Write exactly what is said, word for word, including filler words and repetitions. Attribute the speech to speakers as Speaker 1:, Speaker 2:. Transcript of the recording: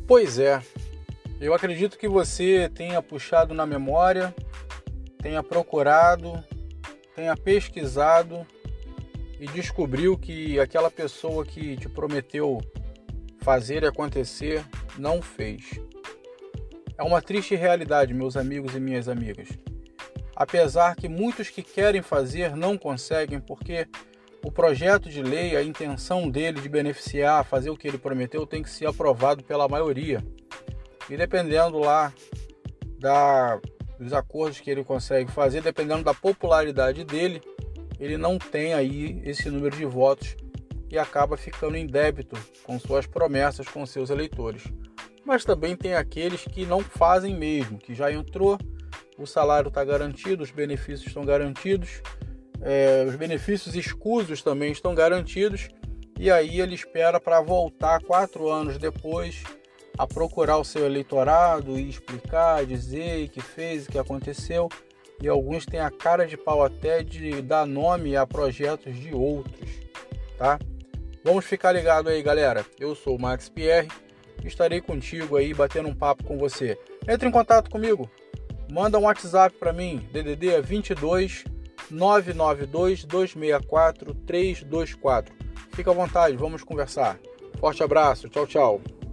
Speaker 1: Pois é, eu acredito que você tenha puxado na memória, tenha procurado, tenha pesquisado e descobriu que aquela pessoa que te prometeu fazer e acontecer não fez. É uma triste realidade, meus amigos e minhas amigas. Apesar que muitos que querem fazer não conseguem, porque o projeto de lei, a intenção dele de beneficiar, fazer o que ele prometeu, tem que ser aprovado pela maioria. E dependendo lá da, dos acordos que ele consegue fazer, dependendo da popularidade dele, ele não tem aí esse número de votos e acaba ficando em débito com suas promessas com seus eleitores. Mas também tem aqueles que não fazem mesmo, que já entrou, o salário está garantido, os benefícios estão garantidos, é, os benefícios escusos também estão garantidos, e aí ele espera para voltar quatro anos depois a procurar o seu eleitorado e explicar, dizer o que fez, o que aconteceu, e alguns têm a cara de pau até de dar nome a projetos de outros, tá? Vamos ficar ligado aí, galera. Eu sou o Max Pierre, estarei contigo aí batendo um papo com você. Entre em contato comigo, manda um WhatsApp para mim, D D D é vinte e dois, nove nove dois, dois seis quatro, três dois quatro. Fica à vontade, vamos conversar. Forte abraço, tchau, tchau.